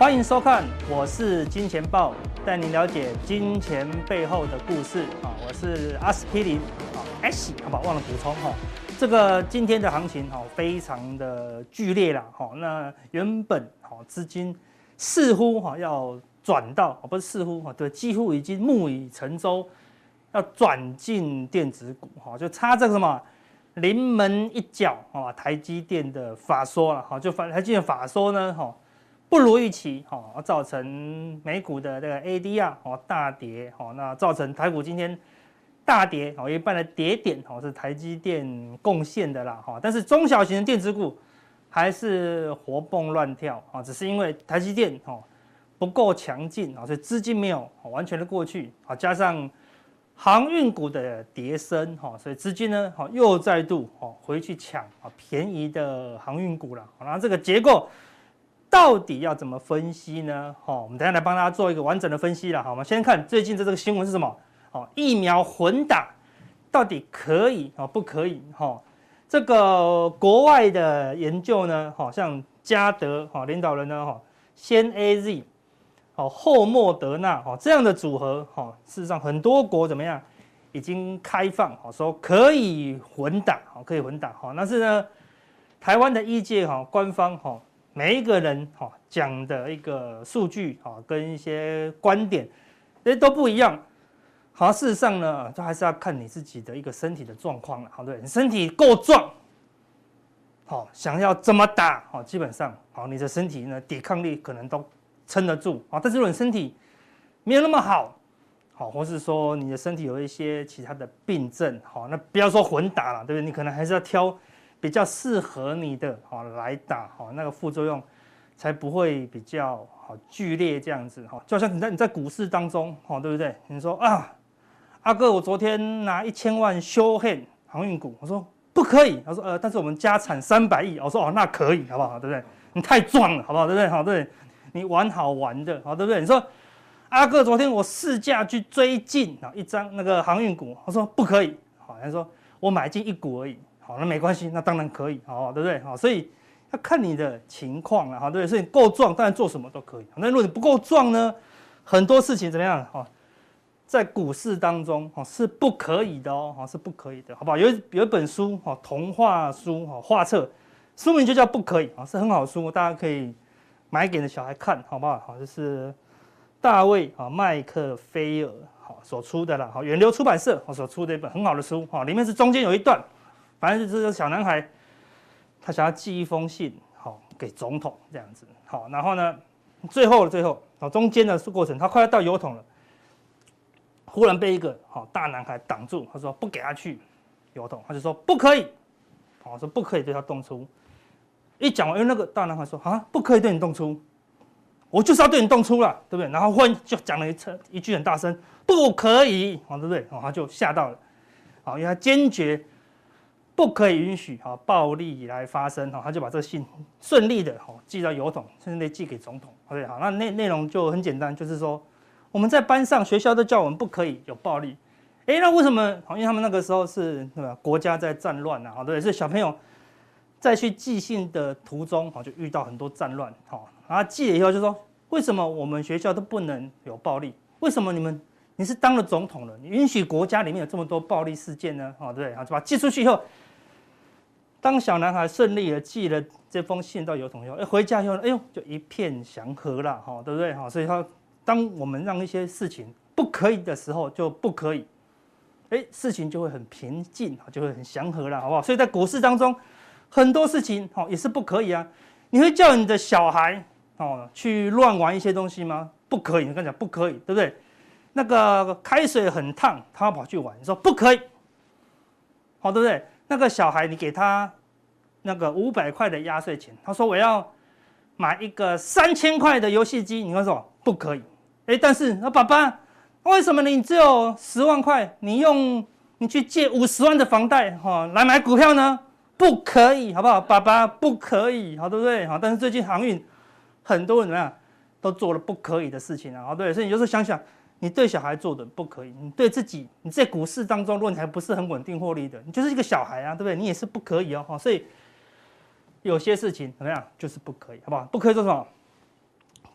欢迎收看，我是金钱豹，带您了解金钱背后的故事啊。我是阿司匹林啊 ，S 好不好？忘了补充哈。这个今天的行情哈，非常的剧烈啦哈。那原本哈资金似乎哈要转到，不是似乎哈，对，几乎已经木已成舟，要转进电子股哈，就差这个什么临门一脚啊，台积电的法说了哈，就台积电法说呢哈。不如预期，造成美股的这个 ADR 大跌，那造成台股今天大跌，一半的跌点是台积电贡献的啦，但是中小型的电子股还是活蹦乱跳，只是因为台积电不够强劲，所以资金没有完全的过去，加上航运股的跌升，所以资金呢又再度回去抢便宜的航运股了，然后这个结构到底要怎么分析呢？我们等一下来帮大家做一个完整的分析了。我们先看最近的这个新闻是什么？疫苗混打到底可以不可以？这个国外的研究呢，像嘉德领导人呢，先 AZ 后莫德纳这样的组合，事实上很多国怎么样已经开放说可以混打，可以混打。但是呢，台湾的医界官方每一个人讲的一个数据跟一些观点，都不一样。好，事实上呢，都还是要看你自己的一个身体的状况了。好，对，你身体够壮，想要怎么打，基本上你的身体呢抵抗力可能都撑得住。但是如果你身体没有那么好，或是说你的身体有一些其他的病症，那不要说混打了，对不对？你可能还是要挑比较适合你的来打，那个副作用才不会比较剧烈这样子。就像你在股市当中，对不对？你说啊，阿哥，我昨天拿1000万修 hand 航运股，我说不可以，他说但是我们家产300亿，我说那可以，好不好？对不对？你太壮了，好不好？对不对？对，你玩好玩的，对不对？你说阿哥，昨天我市价去追进一张那个航运股，我说不可以，他说我买进1股而已。好，那没关系，那当然可以，对不对？所以要看你的情况了，对不对？所以你够壮，当然做什么都可以。那如果你不够壮呢，很多事情怎么样？在股市当中是不可以的是不可以的，好不好？有一本书童话书画册，书名就叫《不可以》是很好书，大家可以买给你的小孩看，好不好？这是大卫麦克菲尔所出的啦，远流出版社所出的一本很好的书，里面是中间有一段。反正就是小男孩，他想要寄一封信，给总统这样子，然后呢，最后，中间的过程，他快要到油桶了，忽然被一个大男孩挡住，他说不给他去油桶，他就说不可以，说不可以对他动粗。一讲完，那个大男孩说不可以对你动粗，我就是要对你动粗了，对不对？然后忽然就讲了一句很大声，不可以，对不对？他就吓到了，因为他坚决不可以允许暴力来发生，他就把这个信顺利的寄到邮筒，甚至寄给总统。OK， 好，那内容就很简单，就是说我们在班上、学校都叫我们不可以有暴力。那为什么？因为他们那个时候是对吧？国家在战乱啊，对不对？所以小朋友在去寄信的途中就遇到很多战乱，然后寄了以后就说，为什么我们学校都不能有暴力？为什么你是当了总统了，你允许国家里面有这么多暴力事件呢？对不对？就把它寄出去以后。当小男孩顺利的寄了这封信到邮筒以后，回家以后，就一片祥和了，对不对？所以当我们让一些事情不可以的时候，就不可以，事情就会很平静，就会很祥和了，好不好？所以在股市当中，很多事情也是不可以啊。你会叫你的小孩去乱玩一些东西吗？不可以，你跟他讲不可以，对不对？那个开水很烫，他要跑去玩，你说不可以，对不对？那个小孩，你给他那个500块的压岁钱，他说我要买一个3000块的游戏机，你会说不可以。但是爸爸，为什么你只有10万块，你去借50万的房贷来买股票呢？不可以，好不好？爸爸不可以，对不对？但是最近航运很多人怎么样，都做了不可以的事情啊，对，所以你就是想想。你对小孩做的不可以，你对自己，你在股市当中，如果你还不是很稳定获利的，你就是一个小孩啊，对不对？你也是不可以所以有些事情怎么样，就是不可以，好不好？不可以做什么？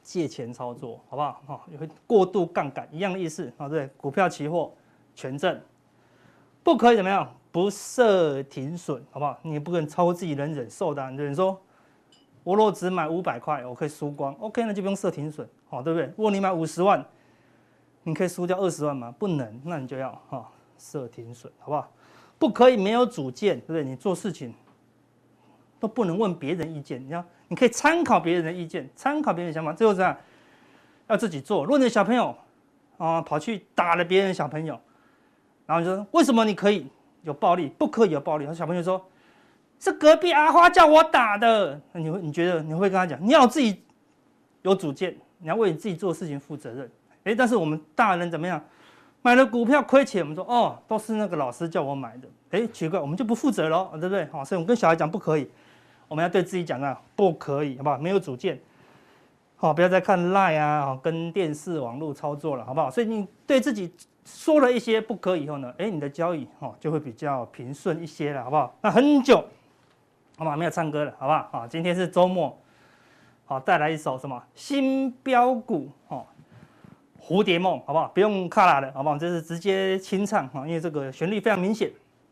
借钱操作，好不好？哈，也会过度杠杆，一样的意思啊，对，股票期货权证不可以怎么样？不设停损，好不好？你也不可能超过自己能忍受的、啊。你说我若只买500块，我可以输光 ，OK， 那就不用设停损，好，对不对？如果你买50万，你可以输掉20万吗？不能，那你就要设停损，好不好？不可以没有主见，对不对？你做事情都不能问别人意见，你可以参考别人的意见，参考别人的想法，最后怎样？要自己做。如果你的小朋友跑去打了别人的小朋友，然后你说为什么你可以有暴力，不可以有暴力？然后小朋友说是隔壁阿花叫我打的，那你觉得你会跟他讲，你要自己有主见，你要为你自己做的事情负责任。但是我们大人怎么样？买了股票亏钱，我们说都是那个老师叫我买的，奇怪，我们就不负责咯，对不对？所以我们跟小孩讲不可以，我们要对自己讲不可以，好不好？没有主见，不要再看 LINE 啊，跟电视网络操作了，好不好？所以你对自己说了一些不可以以后呢，你的交易就会比较平顺一些了，好不好？那很久，好不好？没有唱歌了，好不好？今天是周末，带来一首什么新标股蝴蝶梦，好不好？不用卡拉的，好不好？这是直接清唱因为这个旋律非常明显。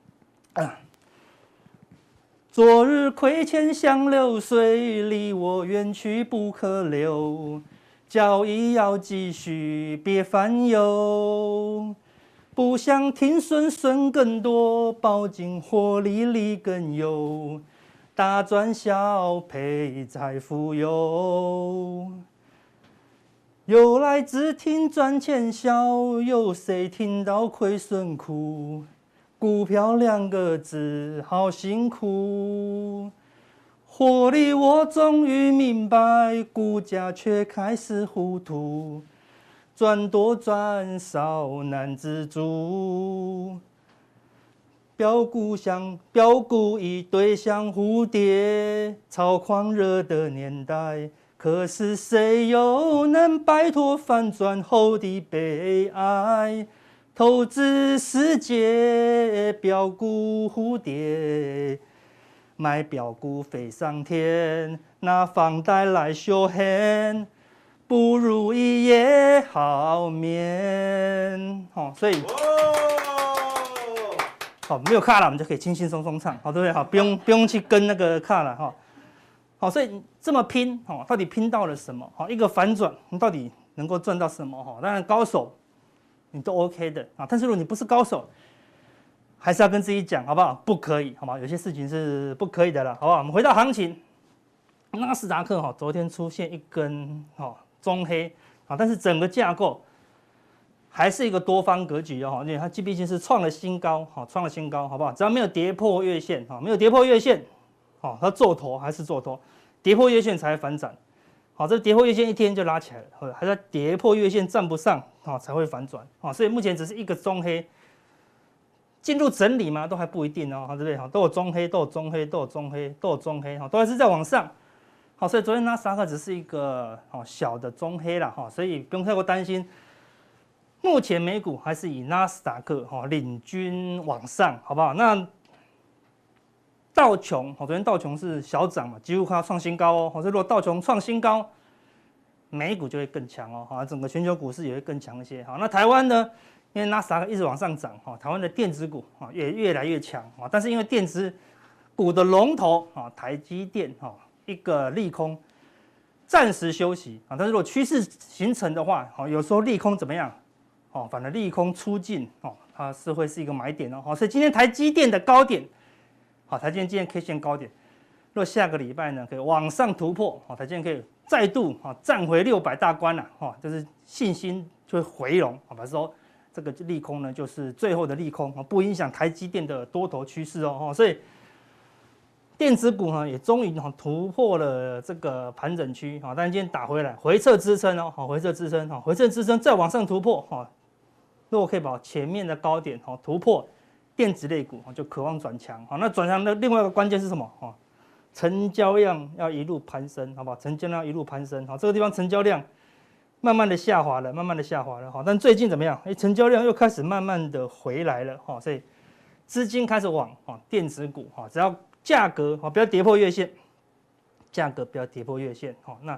昨日亏欠像流水，离我远去不可留。交易要继续，别烦忧。不想停损损更多，保金获利利更优。大赚小赔再富有。有来只听赚钱笑，有谁听到亏损哭？股票2个字好辛苦，获利我终于明白，股价却开始糊涂，赚多赚少难自主。标股一堆像蝴蝶，超狂热的年代。可是谁又能摆脱反转后的悲哀？投资世界标股蝴蝶，买标股飞上天，拿房贷来修黑，不如一夜好眠。所以没有卡了，我们就可以轻轻松松唱，对不对？不用去跟那个卡了所以这么拼到底拼到了什么？一个反转，你到底能够赚到什么？当然高手你都 OK 的但是如果你不是高手，还是要跟自己讲，好不好？不可以，好不好？有些事情是不可以的了，好不好？我们回到行情，纳斯达克昨天出现一根中黑但是整个架构还是一个多方格局因为它毕竟是创了新高，好不好？只要没有跌破月线没有跌破月线它做头还是做头，跌破月线才会反转。这跌破月线一天就拉起来了，还在跌破月线站不上才会反转所以目前只是一个中黑，进入整理嘛，都还不一定对不对？都有中黑，都还是在往上。所以昨天纳斯达克只是一个小的中黑啦所以不用太过担心。目前美股还是以纳斯达克领军往上，好不好？那道琼昨天道琼是小涨嘛，几乎快要创新高所以如果道琼创新高，美股就会更强整个全球股市也会更强一些那台湾呢？因为纳斯达克一直往上涨台湾的电子股也越来越强但是因为电子股的龙头台积电一个利空暂时休息但是如果趋势形成的话有时候利空怎么样反正利空出尽它是会是一个买点所以今天台积电的高点台积电今天 K 线高点，如果下个礼拜呢可以往上突破台积电可以再度站回600大关了就是信心就会回笼表示说这个利空呢就是最后的利空不影响台积电的多头趋势所以电子股呢也终于突破了这个盘整区但是今天打回来回撤支撑回撤支撑再往上突破如果可以把前面的高点突破，电子类股就渴望转强那转强的另外一个关键是什么成交量要一路攀升，好不好？成交量一路攀升这个地方成交量慢慢的下滑了但最近怎么样？成交量又开始慢慢的回来了所以资金开始往电子股只要价格不要跌破月线，那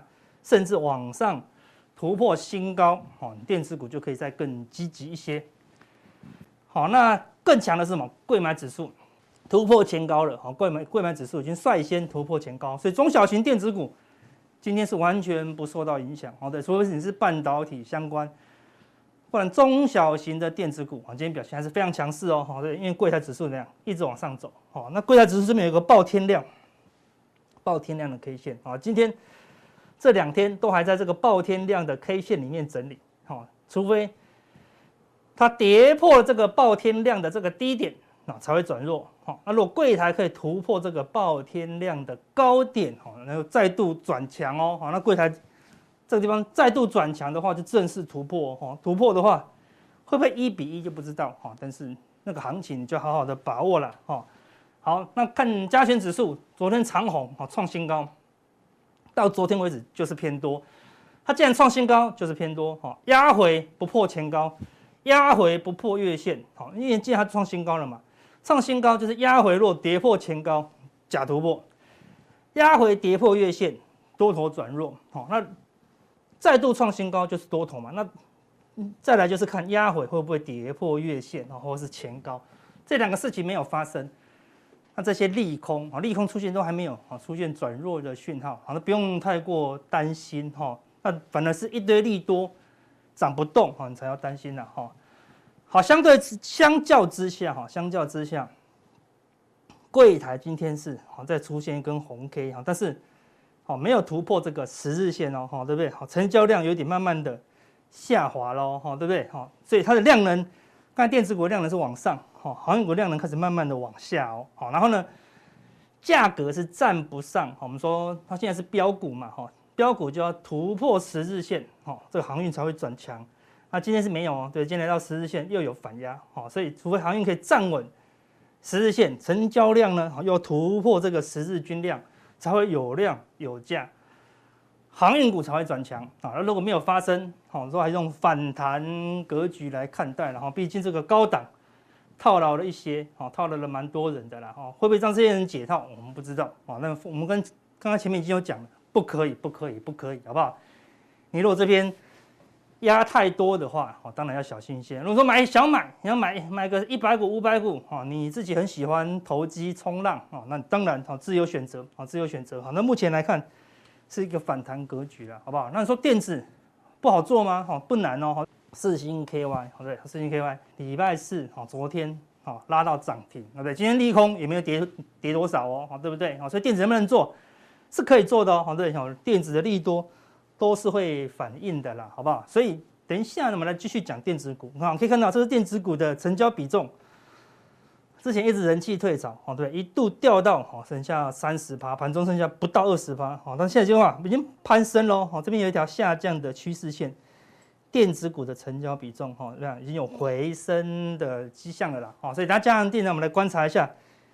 甚至往上突破新高，电子股就可以再更积极一些。好，那更强的是什么？柜买指数突破前高了，柜买指数已经率先突破前高，所以中小型电子股今天是完全不受到影响。对，除非你是半导体相关，不然中小型的电子股今天表现还是非常强势哦。对，因为柜台指数那样一直往上走。那柜台指数这边有个爆天量的 K 线今天这2天都还在这个爆天量的 K 线里面整理，除非它跌破这个爆天量的这个低点才会转弱。那如果柜台可以突破这个爆天量的高点，然后再度转强哦。那柜台这个地方再度转强的话，就正式突破哦。突破的话，会不会1比1就不知道但是那个行情你就好好的把握了好，那看加权指数，昨天长红创新高，到昨天为止就是偏多。它既然创新高，就是偏多压回不破前高。压回不破月线，因为既然它创新高了嘛，创新高就是压回若跌破前高，假突破；压回跌破月线，多头转弱。那再度创新高就是多头嘛。那再来就是看压回会不会跌破月线，或者是前高，这2个事情没有发生，那这些利空出现都还没有出现转弱的讯号，那不用太过担心那反而是一堆利多。涨不动你才要担心啦好，相较之下，柜台今天是再出现一根红 K 但是没有突破这个10日线对不对？成交量有点慢慢的下滑咯对不对？所以它的量能，刚才电子股的量能是往上航运股量能开始慢慢的往下然后呢，价格是站不上我们说它现在是标股嘛标股就要突破10日线这个航运才会转强。那今天是没有对，今天来到10日线又有反压所以除非航运可以站稳10日线，成交量呢又突破这个10日均量，才会有量有价，航运股才会转强那如果没有发生说还用反弹格局来看待了毕竟这个高档套牢了一些套牢了蛮多人的啦会不会让这些人解套我们不知道那我们刚刚前面已经有讲了。不可以，好不好？你如果这边压太多的话，当然要小心一些。如果说小买，你要买个100股、500股，你自己很喜欢投机冲浪那当然自由选择，那目前来看是一个反弹格局了，好不好？那你说电子不好做吗？不难世芯 KY， 对，世芯 KY， 礼拜4昨天拉到涨停，对不对？今天利空也没有跌多少对不对？所以电子能不能做？是可以做的对，电子的利多都是会反应的啦，好不好？所以等一下我们来继续讲电子股。可以看到这是电子股的成交比重，之前一直人气退潮对，一度掉到剩下30%，盘中剩下不到20%但现在的话已经攀升咯这边有一条下降的趋势线，电子股的成交比重已经有回升的迹象了啦所以大家加上电呢，我们来观察一下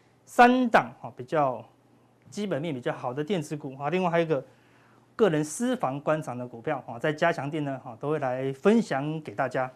3档比较。基本面比较好的电子股另外还有一个个人私房观赏的股票在加强店呢都会来分享给大家。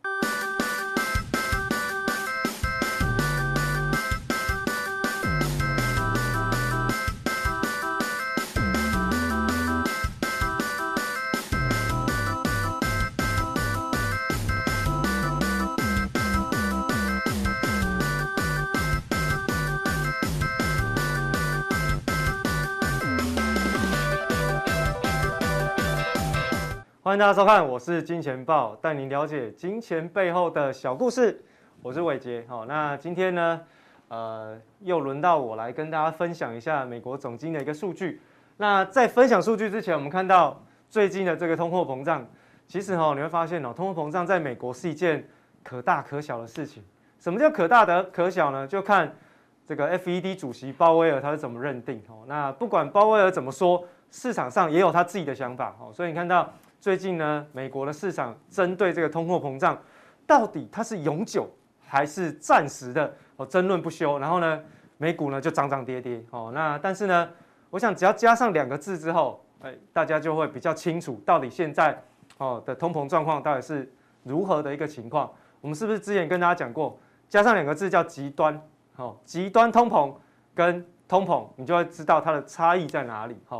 欢迎大家收看，我是金钱豹，带您了解金钱背后的小故事。我是伟杰。那今天呢，又轮到我来跟大家分享一下美国总经的一个数据。那在分享数据之前，我们看到最近的这个通货膨胀，其实你会发现通货膨胀在美国是一件可大可小的事情。什么叫可大的可小呢？就看这个 FED 主席鲍威尔他是怎么认定。那不管鲍威尔怎么说，市场上也有他自己的想法。所以你看到。最近呢，美国的市场针对这个通货膨胀，到底它是永久还是暂时的争论不休。然后呢，美股呢就涨涨跌跌那但是呢，我想只要加上2个字之后，大家就会比较清楚，到底现在的通膨状况到底是如何的一个情况。我们是不是之前跟大家讲过，加上2个字叫极端极端通膨跟通膨，你就会知道它的差异在哪里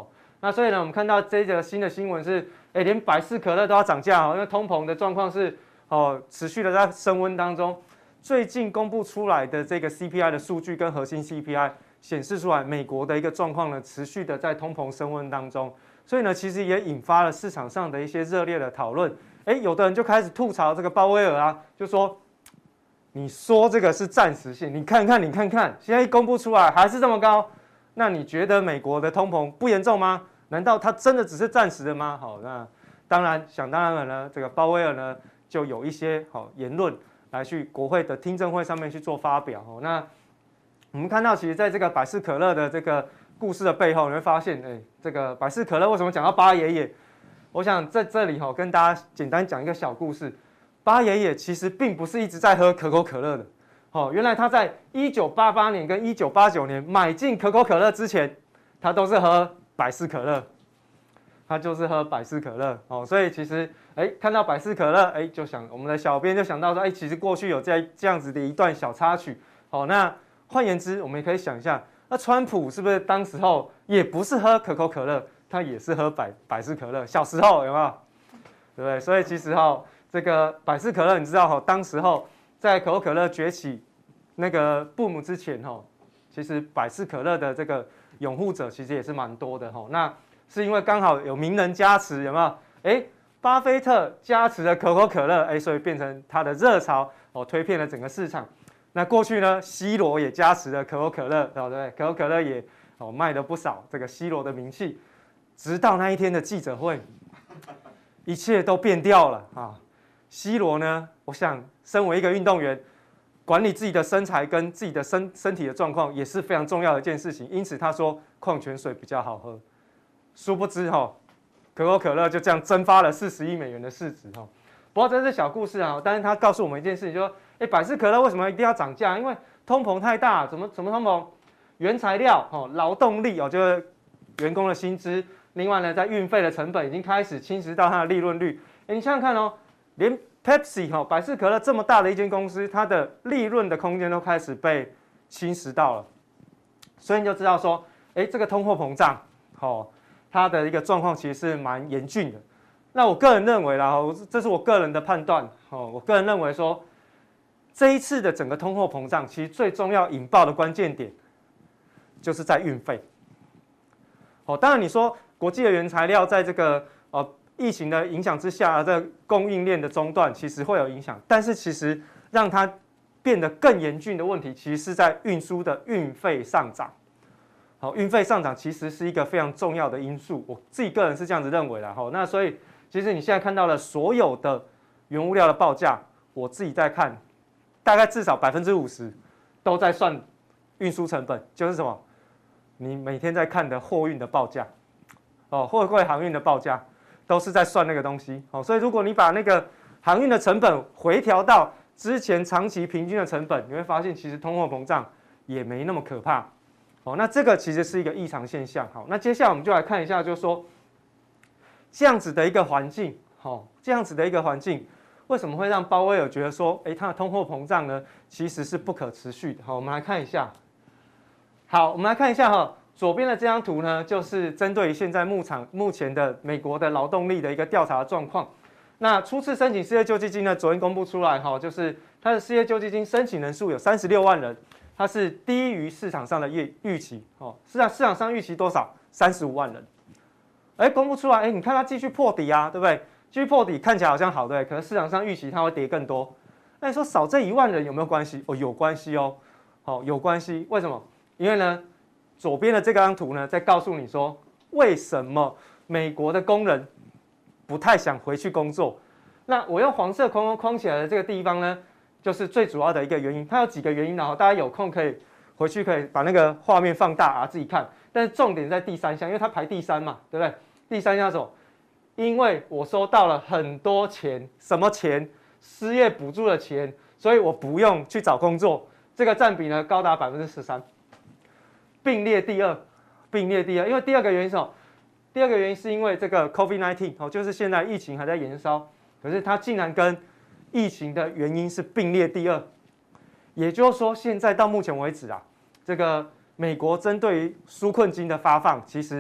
那所以呢，我们看到这个新的新闻是，连百事可乐都要涨价哦，因为通膨的状况是持续的在升温当中。最近公布出来的这个 CPI 的数据跟核心 CPI 显示出来，美国的一个状况呢，持续的在通膨升温当中，所以呢，其实也引发了市场上的一些热烈的讨论。有的人就开始吐槽这个鲍威尔啊，就说你说这个是暂时性，你看看，现在一公布出来还是这么高，那你觉得美国的通膨不严重吗？难道它真的只是暂时的吗？好，那当然，想当然了呢，这个鲍威尔呢就有一些言论来去国会的听证会上面去做发表。那我们看到，其实在这个百事可乐的这个故事的背后，你会发现，这个百事可乐为什么讲到八爷爷？我想在这里跟大家简单讲一个小故事。八爷爷其实并不是一直在喝可口可乐的。原来他在1988年跟1989年买进可口可乐之前，他都是喝百事可乐，他就是喝百事可乐。所以其实看到百事可乐，就想我们的小编就想到说，其实过去有这样子的一段小插曲。那换言之，我们也可以想一下，那川普是不是当时候也不是喝可口可乐，他也是喝百事可乐？小时候有没有？对不对？所以其实这个百事可乐，你知道当时候在可口可乐崛起那个boom之前其实百事可乐的这个拥护者其实也是蛮多的那是因为刚好有名人加持，有没有？巴菲特加持了可口可乐，所以变成它的热潮推遍了整个市场。那过去呢，C罗也加持了可口可乐，对不对？可口可乐也卖了不少这个 C罗的名气，直到那一天的记者会，一切都变掉了啊。C罗呢，我想身为一个运动员，管理自己的身材跟自己的身体的状况也是非常重要的一件事情，因此他说矿泉水比较好喝。殊不知可口可乐就这样蒸发了40亿美元的市值不过这是小故事啊，但是他告诉我们一件事情，就说百事可乐为什么一定要涨价？因为通膨太大，怎么通膨？原材料劳动力就是员工的薪资，另外呢，在运费的成本已经开始侵蚀到它的利润率。你想想看连 Pepsi 百事可乐这么大的一间公司，它的利润的空间都开始被侵蚀到了，所以你就知道说，这个通货膨胀它的一个状况其实是蛮严峻的。那我个人认为啦，这是我个人的判断我个人认为说，这一次的整个通货膨胀，其实最重要引爆的关键点，就是在运费。当然你说国际的原材料在这个疫情的影响之下，这个供应链的中断其实会有影响，但是其实让它变得更严峻的问题，其实是在运输的运费上涨。运费上涨其实是一个非常重要的因素，我自己个人是这样子认为啦。那所以其实你现在看到了所有的原物料的报价，我自己在看，大概至少50%都在算运输成本，就是什么？你每天在看的货运的报价，货柜航运的报价，都是在算那个东西。所以如果你把那个航运的成本回调到之前长期平均的成本，你会发现其实通货膨胀也没那么可怕。那这个其实是一个异常现象。好，那接下来我们就来看一下，就是说这样子的一个环境，这样子的一个环境，为什么会让鲍威尔觉得说，它的通货膨胀呢，其实是不可持续的。好，我们来看一下。好，我们来看一下左边的这张图呢，就是针对于现在目前的美国的劳动力的一个调查状况。那初次申请失业救济金呢，昨天公布出来就是它的失业救济金申请人数有36万人。它是低于市场上的预期，市场上预期多少？35万人，公布出来，你看它继续破底啊，对不对？继续破底看起来好像好，对，可是市场上预期它会跌更多。那你说少这1万人有没有关系？有关系有关系。为什么？因为呢，左边的这张图呢，在告诉你说，为什么美国的工人不太想回去工作。那我用黄色框起来的这个地方呢，就是最主要的一个原因。它有几个原因，然后大家有空可以回去可以把那个画面放大啊，自己看。但是重点在第3项，因为它排第3嘛，对不对？第3项是什么？因为我收到了很多钱，什么钱？失业补助的钱，所以我不用去找工作。这个占比呢高达13%，并列第二。因为第二个原因是什么？第二个原因是因为这个 COVID-19 就是现在疫情还在延烧，可是它竟然跟疫情的原因是并列第2，也就是说，现在到目前为止啊，这个美国针对于纾困金的发放，其实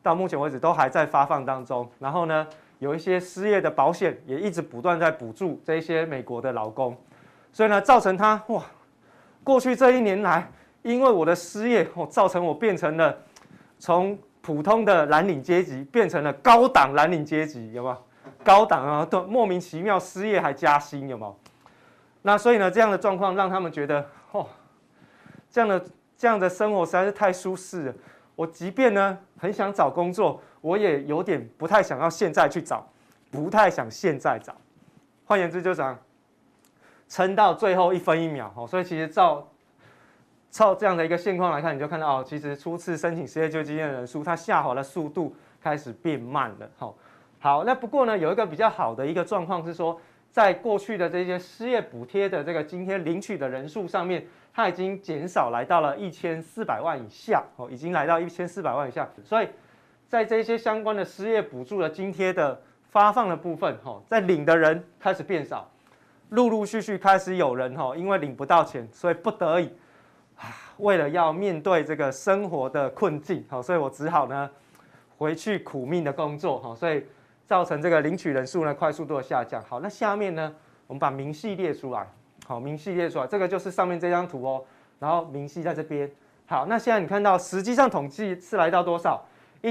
到目前为止都还在发放当中。然后呢，有一些失业的保险也一直不断在补助这些美国的劳工，所以呢，造成他过去这1年来，因为我的失业造成我变成了从普通的蓝领阶级变成了高档蓝领阶级，有没有？高档啊，都莫名其妙失业还加薪，有没有？那所以呢，这样的状况让他们觉得，这样的生活实在是太舒适了。我即便呢很想找工作，我也有点不太想要现在去找，不太想现在找。换言之，就想撑到最后1分1秒。所以其实照这样的一个现况来看，你就看到其实初次申请失业救济金的人数，它下滑的速度开始变慢了。好，那不过呢，有一个比较好的一个状况是说，在过去的这些失业补贴的这个津贴领取的人数上面，它已经减少来到了1400万以下，已经来到1400万以下。所以在这些相关的失业补助的津贴的发放的部分，在领的人开始变少，陆陆续续开始有人因为领不到钱，所以不得已为了要面对这个生活的困境，所以我只好呢回去苦命的工作，所以造成这个领取人数呢快速度的下降。好，那下面呢，我们把明细列出来。好，明细列出来，这个就是上面这张图哦。然后明细在这边。好，那现在你看到实际上统计是来到多少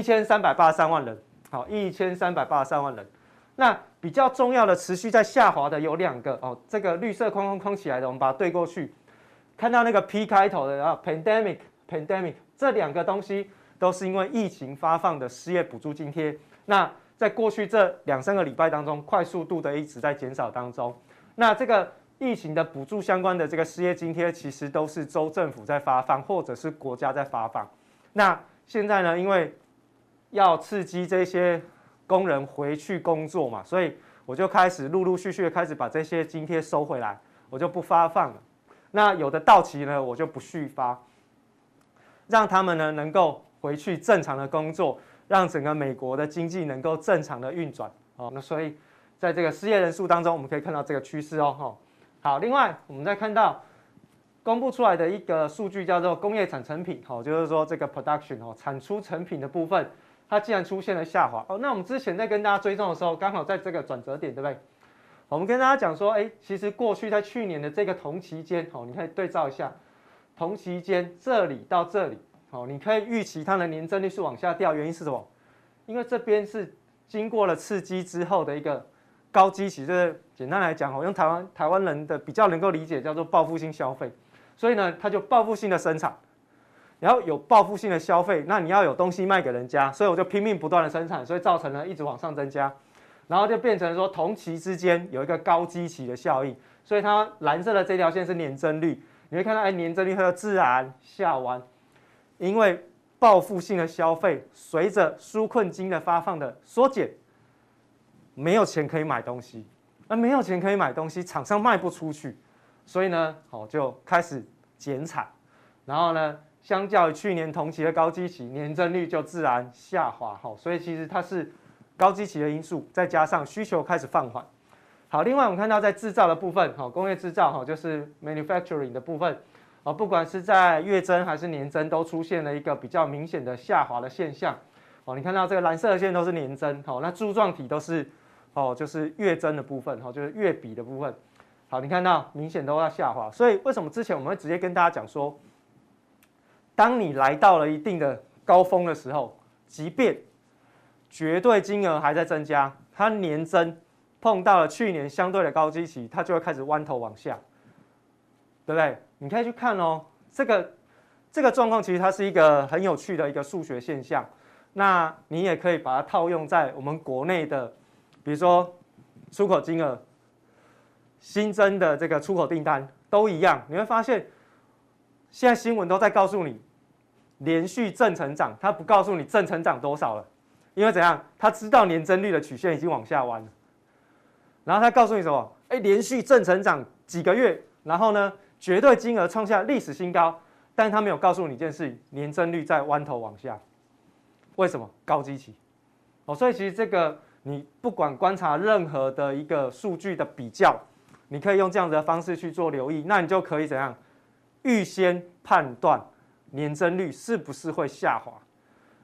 ？1383万人。好，1383万人。那比较重要的持续在下滑的有2个哦，这个绿色框起来的，我们把它对过去，看到那个 P 开头的pandemic 这2个东西都是因为疫情发放的失业补助津贴。那在过去这2-3个礼拜当中，快速度的一直在减少当中。那这个疫情的补助相关的这个失业津贴，其实都是州政府在发放，或者是国家在发放。那现在呢，因为要刺激这些工人回去工作嘛，所以我就开始陆陆续续的开始把这些津贴收回来，我就不发放了。那有的到期呢，我就不续发，让他们呢能够回去正常的工作。让整个美国的经济能够正常的运转。那所以在这个失业人数当中，我们可以看到这个趋势哦。好，另外我们再看到公布出来的一个数据叫做工业产成品，就是说这个 production 产出成品的部分，它竟然出现了下滑。那我们之前在跟大家追踪的时候，刚好在这个转折点，对不对？我们跟大家讲说，其实过去在去年的这个同期间，你可以对照一下，同期间这里到这里。你可以预期它的年增率是往下掉，原因是什么？因为这边是经过了刺激之后的一个高基期，就是简单来讲，用台湾人的比较能够理解，叫做报复性消费。所以呢，它就报复性的生产，然后有报复性的消费，那你要有东西卖给人家，所以我就拼命不断的生产，所以造成了一直往上增加，然后就变成说同期之间有一个高基期的效应，所以它蓝色的这条线是年增率，你会看到年增率它就自然下弯。因为报复性的消费，随着纾困金的发放的缩减，没有钱可以买东西，而没有钱可以买东西，厂商卖不出去，所以呢，就开始减产，然后呢，相较于去年同期的高基期，年增率就自然下滑，所以其实它是高基期的因素，再加上需求开始放缓。好，另外我们看到在制造的部分，工业制造就是 manufacturing 的部分。不管是在月增还是年增，都出现了一个比较明显的下滑的现象。你看到这个蓝色的线都是年增，那柱状体都是就是月增的部分，就是月比的部分。好，你看到明显都要下滑。所以为什么之前我们会直接跟大家讲说，当你来到了一定的高峰的时候，即便绝对金额还在增加，它年增碰到了去年相对的高基期，它就会开始弯头往下，对不对？你可以去看哦，这个状况其实它是一个很有趣的一个数学现象。那你也可以把它套用在我们国内的，比如说出口金额、新增的这个出口订单都一样。你会发现，现在新闻都在告诉你连续正成长，它不告诉你正成长多少了，因为怎样？它知道年增率的曲线已经往下弯了。然后它告诉你什么？连续正成长几个月，然后呢？绝对金额创下历史新高，但他没有告诉你一件事情，年增率在弯头往下。为什么？高基期。所以其实这个你不管观察任何的一个数据的比较，你可以用这样子的方式去做留意，那你就可以怎样预先判断年增率是不是会下滑。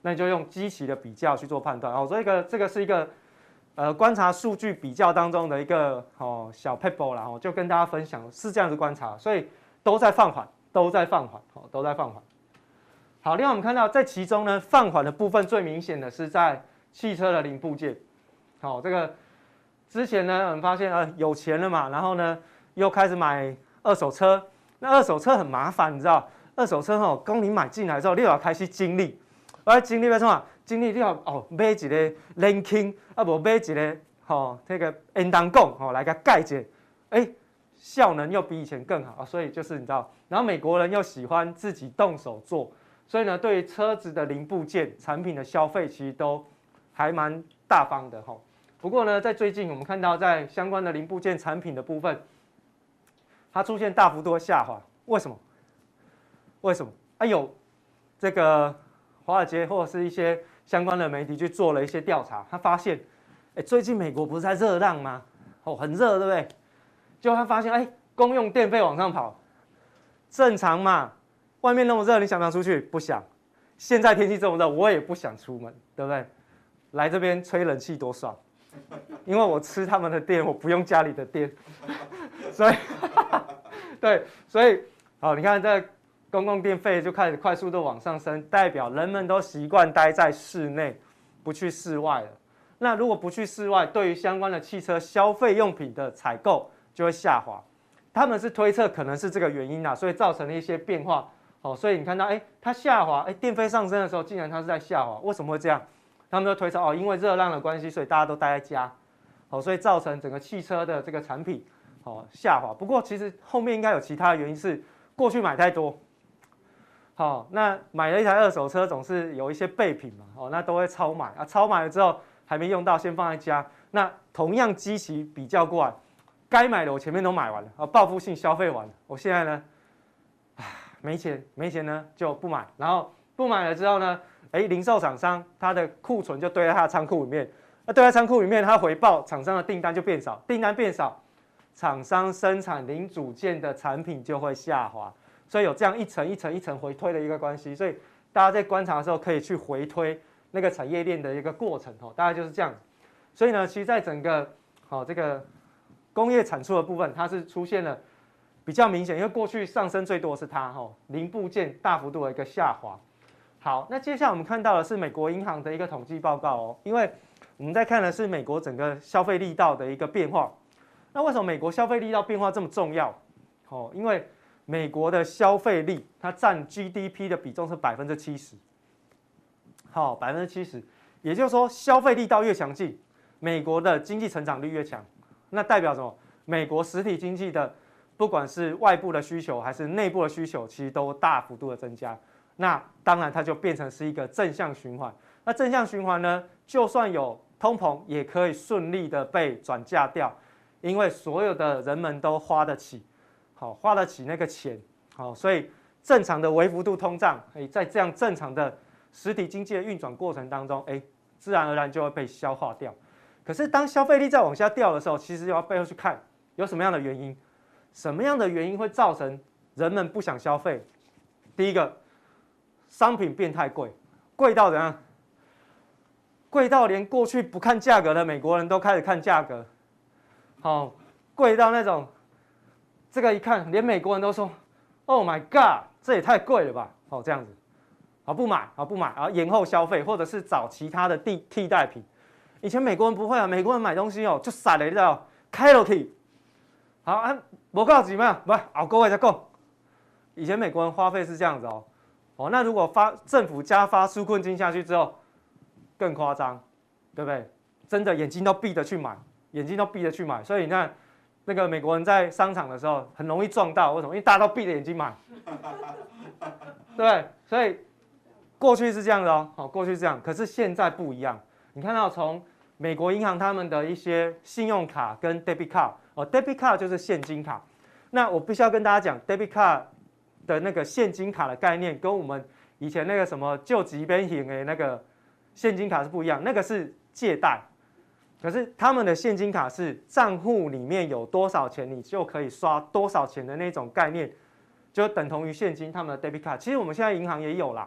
那你就用基期的比较去做判断。所以这个是一个观察数据比较当中的一个小 paper 啦，就跟大家分享是这样子观察，所以都在放缓，都在放缓。好，另外我们看到在其中呢，放缓的部分最明显的是在汽车的零部件。好，这个之前呢，我们发现有钱了嘛，然后呢又开始买二手车。那二手车很麻烦，你知道，二手车当你买进来之后，你要开始经历，经历要怎么？经历你要买一个冷气，无买一个这个烟筒管来给它盖起来，效能又比以前更好，所以就是你知道，然后美国人又喜欢自己动手做，所以呢，对于车子的零部件产品的消费，其实都还蛮大方的哈。不过呢，在最近我们看到，在相关的零部件产品的部分，它出现大幅度的下滑，为什么？有这个华尔街或者是一些相关的媒体去做了一些调查，他发现，最近美国不是在热浪吗？很热，对不对？结果他发现，公用电费往上跑，正常嘛？外面那么热，你想不想出去？不想。现在天气这么热，我也不想出门，对不对？来这边吹冷气多爽，因为我吃他们的电，我不用家里的电，所以，对，所以，好，你看这公共电费就开始快速的往上升，代表人们都习惯待在室内，不去室外了。那如果不去室外，对于相关的汽车消费用品的采购就会下滑。他们是推测可能是这个原因所以造成了一些变化。所以你看到，它下滑，电费上升的时候，竟然它是在下滑，为什么会这样？他们就推测因为热浪的关系，所以大家都待在家，所以造成整个汽车的这个产品下滑。不过其实后面应该有其他的原因，是过去买太多。那买了一台二手车，总是有一些备品嘛，那都会超买超买了之后还没用到，先放在家。那同样基期比较过来，该买的我前面都买完了，报复性消费完了，我现在呢，没钱呢就不买，然后不买了之后呢，零售厂商他的库存就堆在他的仓库里面，堆在仓库里面，他回报厂商的订单就变少，订单变少，厂商生产零组件的产品就会下滑。所以有这样一层一层一层回推的一个关系，所以大家在观察的时候可以去回推那个产业链的一个过程大概就是这样。所以呢，其实在整个这个工业产出的部分，它是出现了比较明显，因为过去上升最多的是它零部件大幅度的一个下滑。好，那接下来我们看到的是美国银行的一个统计报告因为我们在看的是美国整个消费力道的一个变化。那为什么美国消费力道变化这么重要？因为美国的消费力，它占 GDP 的比重是70%，好，70%，也就是说，消费力道越强劲，美国的经济成长率越强。那代表什么？美国实体经济的，不管是外部的需求还是内部的需求，其实都大幅度的增加。那当然，它就变成是一个正向循环。那正向循环呢，就算有通膨，也可以顺利的被转嫁掉，因为所有的人们都花得起。花得起那个钱，所以正常的微幅度通胀，在这样正常的实体经济的运转过程当中，自然而然就会被消化掉。可是当消费力再往下掉的时候，其实要背后去看有什么样的原因，什么样的原因会造成人们不想消费？第一个，商品变太贵，贵到怎样？贵到连过去不看价格的美国人都开始看价格，贵到那种。这个一看，连美国人都说 ：“Oh my God， 这也太贵了吧！”这样子，不买，延后消费，或者是找其他的替代品。以前美国人不会美国人买东西就傻了，你知道，开了去，不够钱嘛，不，后个月再讲。以前美国人花费是这样子那如果政府加发纾困金下去之后，更夸张，对不对？真的眼睛都闭着去买，所以你看。那个美国人在商场的时候很容易撞到，为什么？因为大家都闭着眼睛买，对不对？所以过去是这样的过去是这样，可是现在不一样。你看到从美国银行他们的一些信用卡跟 debit card，debit card 就是现金卡。那我必须要跟大家讲 ，debit card 的那个现金卡的概念，跟我们以前那个什么救急边型的那个现金卡是不一样，那个是借贷。可是他们的现金卡是账户里面有多少钱，你就可以刷多少钱的那种概念，就等同于现金。他们的 debit card， 其实我们现在银行也有啦，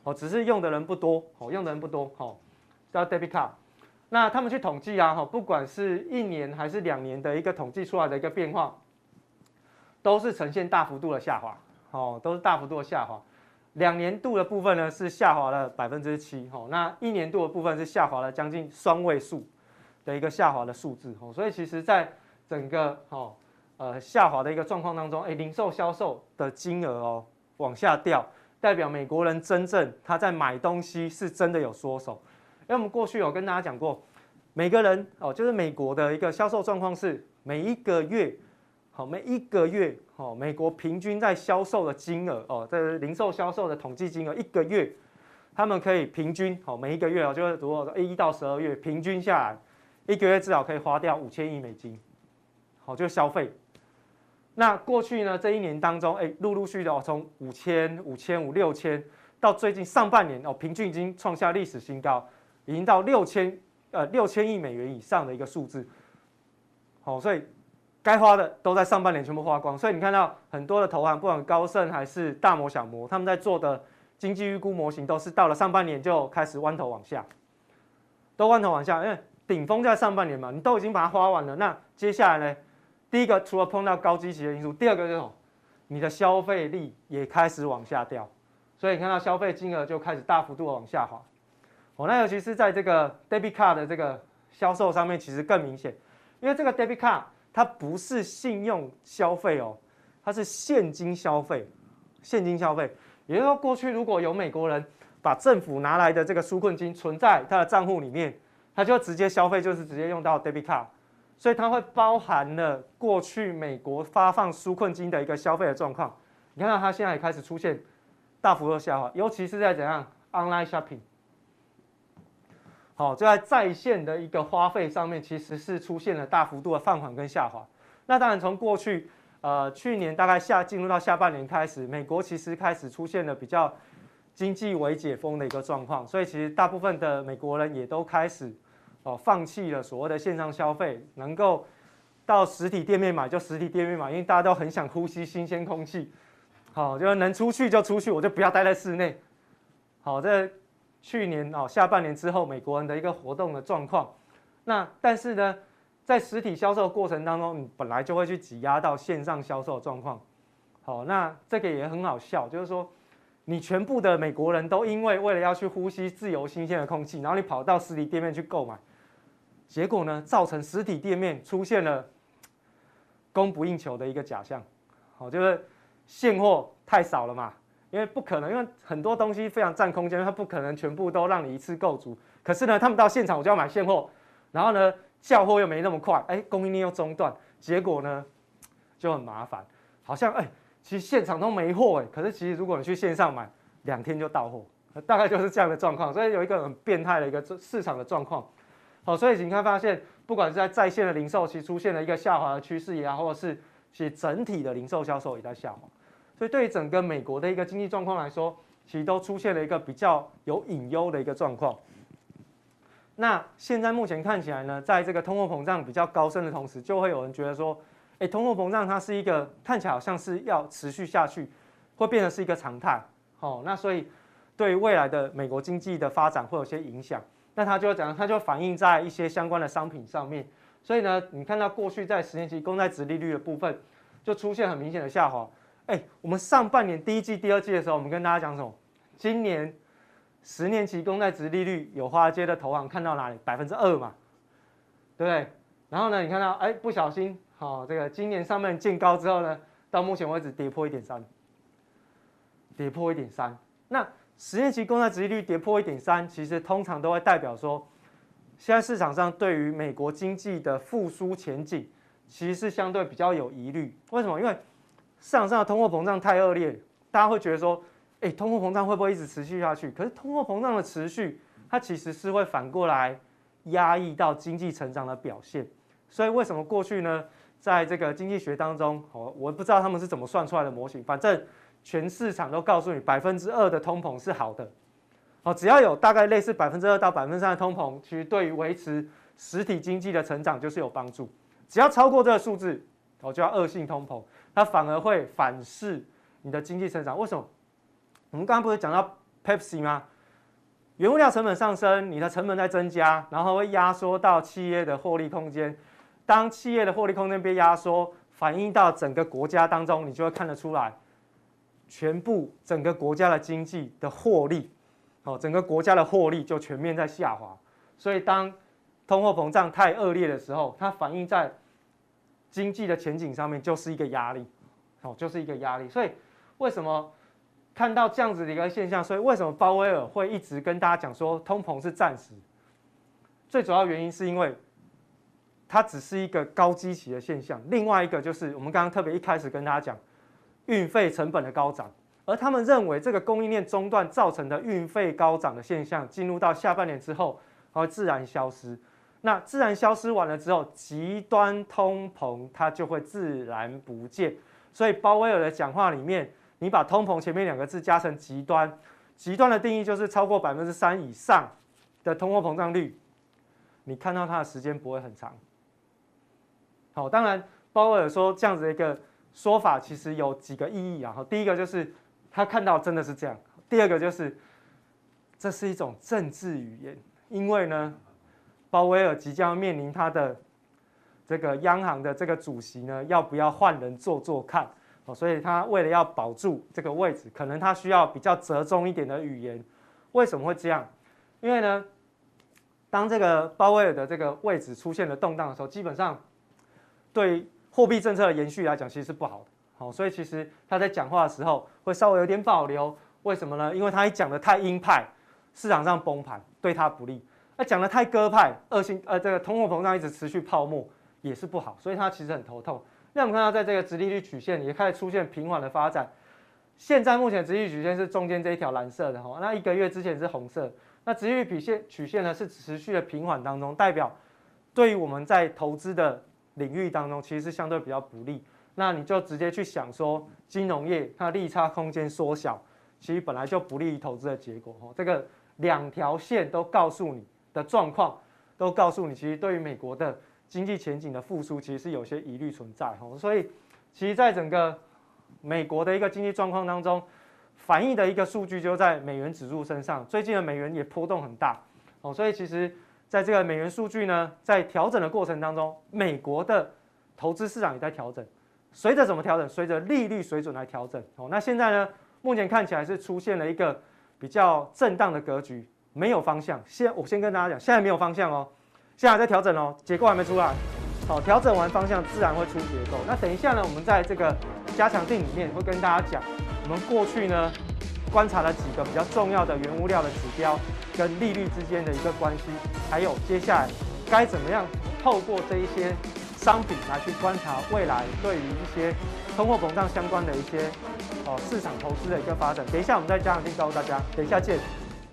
只是用的人不多，用的人不多，叫 debit card。那他们去统计啊，不管是1年还是2年的一个统计出来的一个变化，都是呈现大幅度的下滑，都是大幅度的下滑。2年度的部分呢是下滑了7%，那1年度的部分是下滑了将近双位数的一个下滑的数字，所以其实在整个下滑的一个状况当中，零售销售的金额往下掉，代表美国人真正他在买东西是真的有缩手。因为我们过去有跟大家讲过，每个人就是美国的一个销售状况是每一个月，美国平均在销售的金额这零售销售的统计金额，1个月他们可以平均每一个月就是如果1到12月平均下来，1个月至少可以花掉5000亿美金，就是消费。那过去呢这1年当中，陆陆续续的从5000、5500、6000到最近上半年平均已经创下历史新高，已经到6000亿美元以上的一个数字。所以该花的都在上半年全部花光。所以你看到很多的投行，不管高盛还是大摩、小摩，他们在做的经济预估模型都是到了上半年就开始弯头往下，都弯头往下，因为顶峰在上半年嘛，你都已经把它花完了。那接下来呢？第一个除了碰到高基期的因素，第二个就是你的消费力也开始往下掉，所以你看到消费金额就开始大幅度的往下滑。那尤其是在这个 debit card 的这个销售上面，其实更明显，因为这个 debit card 它不是信用消费它是现金消费。现金消费，也就是说，过去如果有美国人把政府拿来的这个纾困金存在他的账户里面，他就直接消费，就是直接用到 debit card。所以它会包含了过去美国发放纾困金的一个消费的状况。你看到它现在也开始出现大幅度下滑，尤其是在怎样 online shopping， 就在在线的一个花费上面，其实是出现了大幅度的放缓跟下滑。那当然从过去去年大概进入到下半年开始，美国其实开始出现了比较经济微解封的一个状况，所以其实大部分的美国人也都开始放弃了所谓的线上消费，能够到实体店面买就实体店面买，因为大家都很想呼吸新鲜空气，就是能出去就出去，我就不要待在室内。这去年下半年之后，美国人的一个活动的状况。那但是呢，在实体销售过程当中，你本来就会去挤压到线上销售的状况。那这个也很好笑，就是说你全部的美国人都为了要去呼吸自由新鲜的空气，然后你跑到实体店面去购买。结果呢，造成实体店面出现了供不应求的一个假象，就是现货太少了嘛，因为不可能，因为很多东西非常占空间，它不可能全部都让你一次购足。可是呢，他们到现场我就要买现货，然后呢，叫货又没那么快，供应链又中断，结果呢就很麻烦，好像其实现场都没货可是其实如果你去线上买，2天就到货，大概就是这样的状况，所以有一个很变态的一个市场的状况。所以你看发现，不管是在线的零售，其实出现了一个下滑的趋势也好，或者是其实整体的零售销售也在下滑。所以对于整个美国的一个经济状况来说，其实都出现了一个比较有隐忧的一个状况。那现在目前看起来呢，在这个通货膨胀比较高升的同时，就会有人觉得说，通货膨胀它是一个看起来好像是要持续下去，会变成是一个常态。那所以对于未来的美国经济的发展会有些影响。那它就反映在一些相关的商品上面，所以呢，你看到过去在10年期公债殖利率的部分，就出现很明显的下滑。我们上半年第1季、第2季的时候，我们跟大家讲什么？今年10年期公债殖利率有华尔街的投行看到哪里？2%嘛，对不对？然后呢，你看到不小心，这个今年上半年见高之后呢，到目前为止跌破1.3，跌破1.3，那10年期公债殖利率跌破1.3，其实通常都会代表说，现在市场上对于美国经济的复苏前景，其实是相对比较有疑虑。为什么？因为市场上的通货膨胀太恶劣，大家会觉得说，通货膨胀会不会一直持续下去？可是通货膨胀的持续，它其实是会反过来压抑到经济成长的表现。所以为什么过去呢，在这个经济学当中，我不知道他们是怎么算出来的模型，反正全市场都告诉你2%的通膨是好的，只要有大概类似2%到3%的通膨，其实对于维持实体经济的成长就是有帮助。只要超过这个数字，就要恶性通膨，它反而会反噬你的经济成长。为什么？我们刚刚不是讲到 Pepsi 吗？原物料成本上升，你的成本在增加，然后会压缩到企业的获利空间。当企业的获利空间被压缩，反映到整个国家当中，你就会看得出来，全部整个国家的经济的获利，整个国家的获利就全面在下滑。所以当通货膨胀太恶劣的时候，它反映在经济的前景上面就是一个压力，就是一个压力。所以为什么看到这样子的一个现象？所以为什么鲍威尔会一直跟大家讲说通膨是暂时？最主要原因是因为它只是一个高基期的现象。另外一个就是我们刚刚特别一开始跟大家讲，运费成本的高涨，而他们认为这个供应链中断造成的运费高涨的现象，进入到下半年之后，它会自然消失。那自然消失完了之后，极端通膨它就会自然不见。所以鲍威尔的讲话里面，你把通膨前面2个字加成极端，极端的定义就是超过3%以上的通货膨胀率，你看到它的时间不会很长。好，当然鲍威尔说这样子的一个说法其实有几个意义啊。第一个就是他看到真的是这样，第二个就是这是一种政治语言，因为呢，鲍威尔即将面临他的这个央行的这个主席呢，要不要换人做做看？所以他为了要保住这个位置，可能他需要比较折中一点的语言。为什么会这样？因为呢，当这个鲍威尔的这个位置出现了动荡的时候，基本上对货币政策的延续来讲，其实是不好的。好，所以其实他在讲话的时候会稍微有点保留。为什么呢？因为他一讲的太鹰派，市场上崩盘，对他不利；那讲的太鸽派，这个通货膨胀一直持续泡沫，也是不好，所以他其实很头痛。那我们看到，在这个殖利率曲线也开始出现平缓的发展。现在目前殖利率曲线是中间这一条蓝色的哈，那1个月之前是红色。那殖利率曲线呢是持续的平缓当中，代表对于我们在投资的领域当中，其实是相对比较不利。那你就直接去想说，金融业它的利差空间缩小，其实本来就不利于投资的结果。这个2条线都告诉你的状况，都告诉你，其实对于美国的经济前景的复苏，其实是有些疑虑存在。所以，其实在整个美国的一个经济状况当中，反映的一个数据就在美元指数身上。最近的美元也波动很大，所以其实在这个美元数据呢，在调整的过程当中，美国的投资市场也在调整。随着怎么调整？随着利率水准来调整。那现在呢，目前看起来是出现了一个比较震荡的格局，没有方向。我先跟大家讲，现在没有方向哦。现在还在调整哦，结构还没出来。好，调整完方向自然会出结构。那等一下呢，我们在这个加强定里面会跟大家讲，我们过去呢观察了几个比较重要的原物料的指标跟利率之间的一个关系，还有接下来该怎么样透过这一些商品来去观察未来对于一些通货膨胀相关的一些市场投资的一个发展。等一下我们在加强定告诉大家，等一下见。